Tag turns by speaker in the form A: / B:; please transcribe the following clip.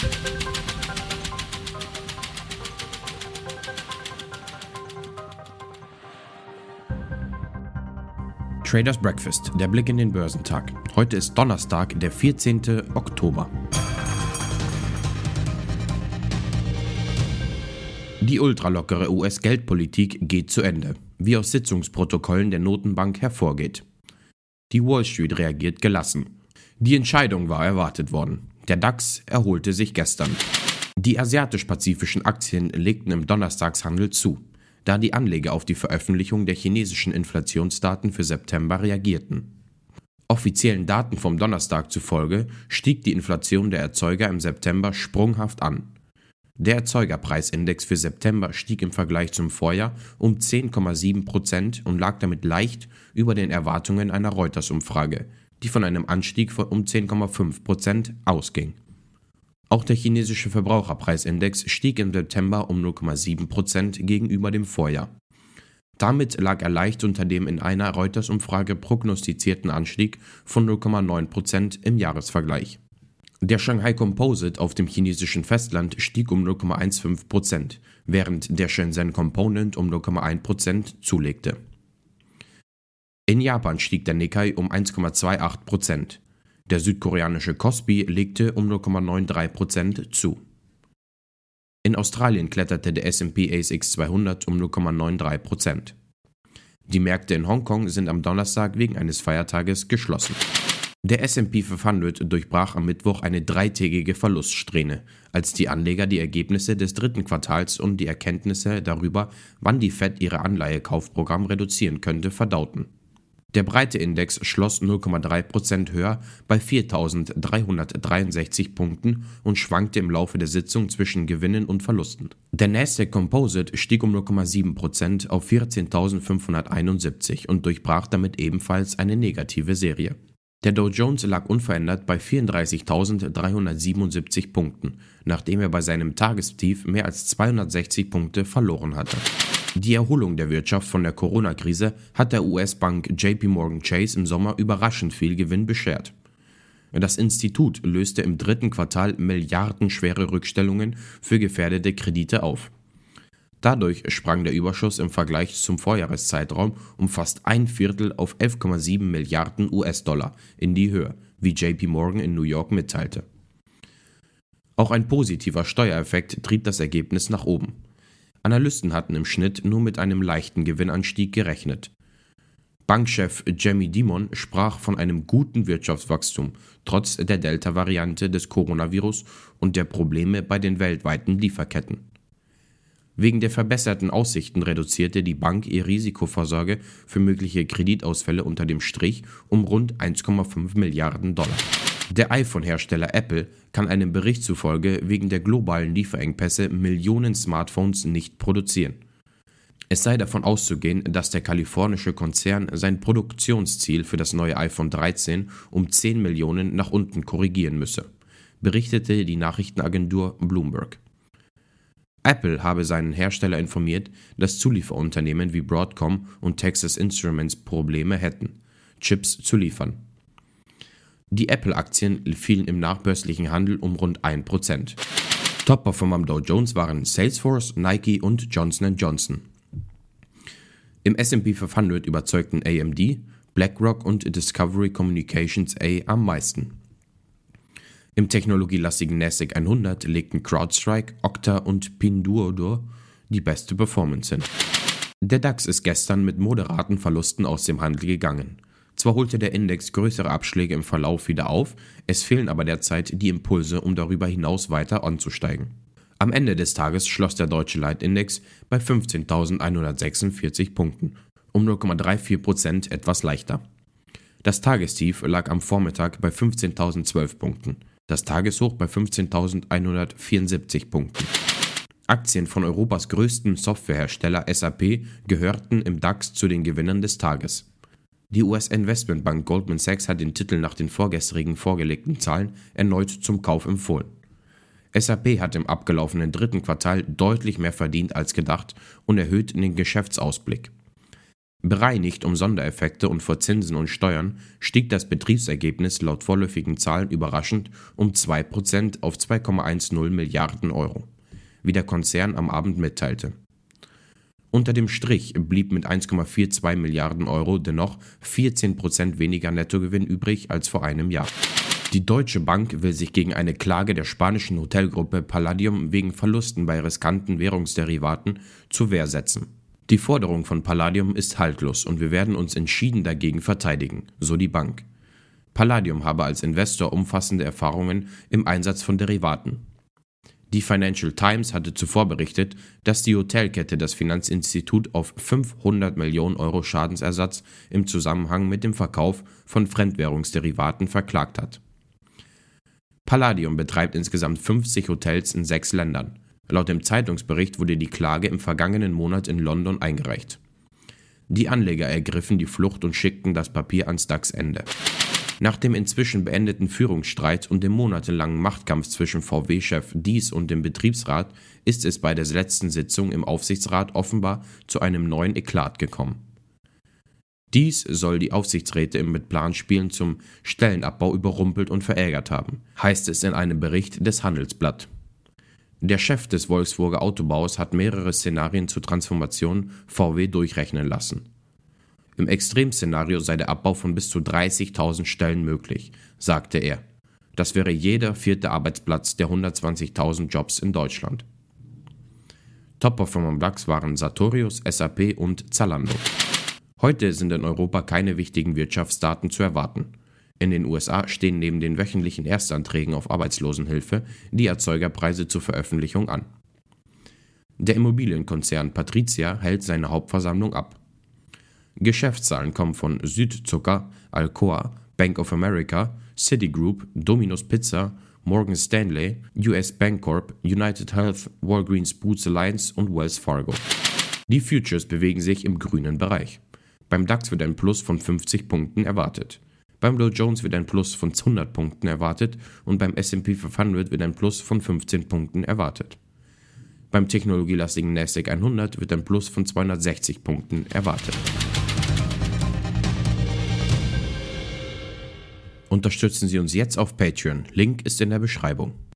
A: Traders Breakfast, der Blick in den Börsentag. Heute ist Donnerstag, der 14. Oktober. Die ultralockere US-Geldpolitik geht zu Ende, wie aus Sitzungsprotokollen der Notenbank hervorgeht. Die Wall Street reagiert gelassen. Die Entscheidung war erwartet worden. Der DAX erholte sich gestern. Die asiatisch-pazifischen Aktien legten im Donnerstagshandel zu, da die Anleger auf die Veröffentlichung der chinesischen Inflationsdaten für September reagierten. Offiziellen Daten vom Donnerstag zufolge stieg die Inflation der Erzeuger im September sprunghaft an. Der Erzeugerpreisindex für September stieg im Vergleich zum Vorjahr um 10,7% und lag damit leicht über den Erwartungen einer Reuters-Umfrage, die von einem Anstieg um 10,5% ausging. Auch der chinesische Verbraucherpreisindex stieg im September um 0,7% gegenüber dem Vorjahr. Damit lag er leicht unter dem in einer Reuters-Umfrage prognostizierten Anstieg von 0,9% im Jahresvergleich. Der Shanghai Composite auf dem chinesischen Festland stieg um 0,15%, während der Shenzhen Component um 0,1% zulegte. In Japan stieg der Nikkei um 1,28%. Der südkoreanische Kospi legte um 0,93% zu. In Australien kletterte der S&P ASX 200 um 0,93%. Die Märkte in Hongkong sind am Donnerstag wegen eines Feiertages geschlossen. Der S&P 500 durchbrach am Mittwoch eine dreitägige Verluststrähne, als die Anleger die Ergebnisse des dritten Quartals und die Erkenntnisse darüber, wann die Fed ihre Anleihekaufprogramm reduzieren könnte, verdauten. Der breite Index schloss 0,3% höher bei 4.363 Punkten und schwankte im Laufe der Sitzung zwischen Gewinnen und Verlusten. Der Nasdaq Composite stieg um 0,7% auf 14.571 und durchbrach damit ebenfalls eine negative Serie. Der Dow Jones lag unverändert bei 34.377 Punkten, nachdem er bei seinem Tagestief mehr als 260 Punkte verloren hatte. Die Erholung der Wirtschaft von der Corona-Krise hat der US-Bank JP Morgan Chase im Sommer überraschend viel Gewinn beschert. Das Institut löste im dritten Quartal milliardenschwere Rückstellungen für gefährdete Kredite auf. Dadurch sprang der Überschuss im Vergleich zum Vorjahreszeitraum um fast ein Viertel auf 11,7 Milliarden US-Dollar in die Höhe, wie JP Morgan in New York mitteilte. Auch ein positiver Steuereffekt trieb das Ergebnis nach oben. Analysten hatten im Schnitt nur mit einem leichten Gewinnanstieg gerechnet. Bankchef Jamie Dimon sprach von einem guten Wirtschaftswachstum, trotz der Delta-Variante des Coronavirus und der Probleme bei den weltweiten Lieferketten. Wegen der verbesserten Aussichten reduzierte die Bank ihre Risikovorsorge für mögliche Kreditausfälle unter dem Strich um rund 1,5 Milliarden Dollar. Der iPhone-Hersteller Apple kann einem Bericht zufolge wegen der globalen Lieferengpässe Millionen Smartphones nicht produzieren. Es sei davon auszugehen, dass der kalifornische Konzern sein Produktionsziel für das neue iPhone 13 um 10 Millionen nach unten korrigieren müsse, berichtete die Nachrichtenagentur Bloomberg. Apple habe seinen Hersteller informiert, dass Zulieferunternehmen wie Broadcom und Texas Instruments Probleme hätten, Chips zu liefern. Die Apple-Aktien fielen im nachbörslichen Handel um rund 1%. Top-Performer am Dow Jones waren Salesforce, Nike und Johnson & Johnson. Im S&P 500 überzeugten AMD, BlackRock und Discovery Communications A am meisten. Im technologielastigen Nasdaq 100 legten CrowdStrike, Okta und Pinduoduo die beste Performance hin. Der DAX ist gestern mit moderaten Verlusten aus dem Handel gegangen. Zwar holte der Index größere Abschläge im Verlauf wieder auf, es fehlen aber derzeit die Impulse, um darüber hinaus weiter anzusteigen. Am Ende des Tages schloss der deutsche Leitindex bei 15.146 Punkten, um 0,34% etwas leichter. Das Tagestief lag am Vormittag bei 15.012 Punkten, das Tageshoch bei 15.174 Punkten. Aktien von Europas größtem Softwarehersteller SAP gehörten im DAX zu den Gewinnern des Tages. Die US-Investmentbank Goldman Sachs hat den Titel nach den vorgestrigen vorgelegten Zahlen erneut zum Kauf empfohlen. SAP hat im abgelaufenen dritten Quartal deutlich mehr verdient als gedacht und erhöht den Geschäftsausblick. Bereinigt um Sondereffekte und vor Zinsen und Steuern stieg das Betriebsergebnis laut vorläufigen Zahlen überraschend um 2% auf 2,10 Milliarden Euro, wie der Konzern am Abend mitteilte. Unter dem Strich blieb mit 1,42 Milliarden Euro dennoch 14% weniger Nettogewinn übrig als vor einem Jahr. Die Deutsche Bank will sich gegen eine Klage der spanischen Hotelgruppe Palladium wegen Verlusten bei riskanten Währungsderivaten zur Wehr setzen. Die Forderung von Palladium ist haltlos und wir werden uns entschieden dagegen verteidigen, so die Bank. Palladium habe als Investor umfassende Erfahrungen im Einsatz von Derivaten. Die Financial Times hatte zuvor berichtet, dass die Hotelkette das Finanzinstitut auf 500 Millionen Euro Schadensersatz im Zusammenhang mit dem Verkauf von Fremdwährungsderivaten verklagt hat. Palladium betreibt insgesamt 50 Hotels in 6 Ländern. Laut dem Zeitungsbericht wurde die Klage im vergangenen Monat in London eingereicht. Die Anleger ergriffen die Flucht und schickten das Papier ans DAX-Ende. Nach dem inzwischen beendeten Führungsstreit und dem monatelangen Machtkampf zwischen VW-Chef Diess und dem Betriebsrat ist es bei der letzten Sitzung im Aufsichtsrat offenbar zu einem neuen Eklat gekommen. Diess soll die Aufsichtsräte mit Planspielen zum Stellenabbau überrumpelt und verärgert haben, heißt es in einem Bericht des Handelsblatt. Der Chef des Wolfsburger Autobaus hat mehrere Szenarien zur Transformation VW durchrechnen lassen. Im Extremszenario sei der Abbau von bis zu 30.000 Stellen möglich, sagte er. Das wäre jeder 4. Arbeitsplatz der 120.000 Jobs in Deutschland. Top-Performer am DAX waren Sartorius, SAP und Zalando. Heute sind in Europa keine wichtigen Wirtschaftsdaten zu erwarten. In den USA stehen neben den wöchentlichen Erstanträgen auf Arbeitslosenhilfe die Erzeugerpreise zur Veröffentlichung an. Der Immobilienkonzern Patrizia hält seine Hauptversammlung ab. Geschäftszahlen kommen von Südzucker, Alcoa, Bank of America, Citigroup, Domino's Pizza, Morgan Stanley, US Bancorp, United Health, Walgreens Boots Alliance und Wells Fargo. Die Futures bewegen sich im grünen Bereich. Beim DAX wird ein Plus von 50 Punkten erwartet. Beim Dow Jones wird ein Plus von 100 Punkten erwartet und beim S&P 500 wird ein Plus von 15 Punkten erwartet. Beim technologielastigen Nasdaq 100 wird ein Plus von 260 Punkten erwartet. Unterstützen Sie uns jetzt auf Patreon. Link ist in der Beschreibung.